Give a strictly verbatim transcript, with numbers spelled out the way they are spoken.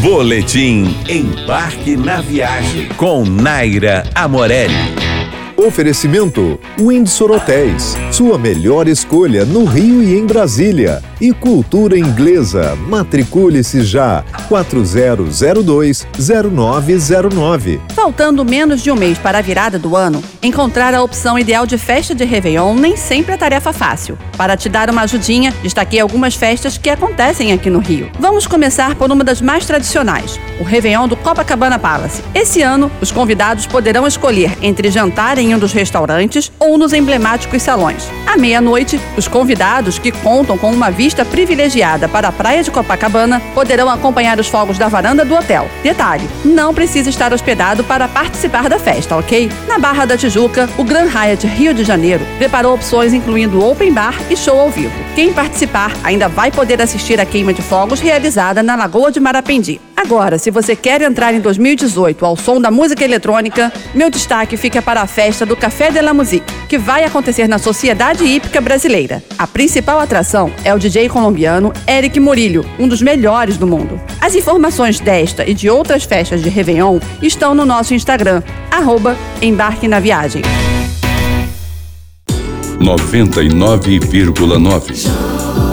Boletim Embarque na Viagem com Naira Amorelli. Oferecimento Windsor Hotéis, sua melhor escolha no Rio e em Brasília. E Cultura Inglesa, matricule-se já, quatro zero zero dois, zero nove zero nove. Faltando menos de um mês para a virada do ano, encontrar a opção ideal de festa de Réveillon nem sempre é tarefa fácil. Para te dar uma ajudinha, destaquei algumas festas que acontecem aqui no Rio. Vamos começar por uma das mais tradicionais, o Réveillon do Copacabana Palace. Esse ano, os convidados poderão escolher entre jantar em um dos restaurantes ou nos emblemáticos salões. À meia-noite, os convidados que contam com uma vista privilegiada para a praia de Copacabana poderão acompanhar os fogos da varanda do hotel. Detalhe, não precisa estar hospedado para participar da festa, ok? Na Barra da Tijuca, o Grand Hyatt Rio de Janeiro preparou opções incluindo open bar e show ao vivo. Quem participar ainda vai poder assistir a queima de fogos realizada na Lagoa de Marapendi. Agora, se você quer entrar em dois mil e dezoito ao som da música eletrônica, meu destaque fica para a festa do Café de la Musique, que vai acontecer na Sociedade Hípica Brasileira. A principal atração é o D J colombiano Eric Murillo, um dos melhores do mundo. As informações desta e de outras festas de Réveillon estão no nosso Instagram, arroba Embarque na Viagem. noventa e nove vírgula nove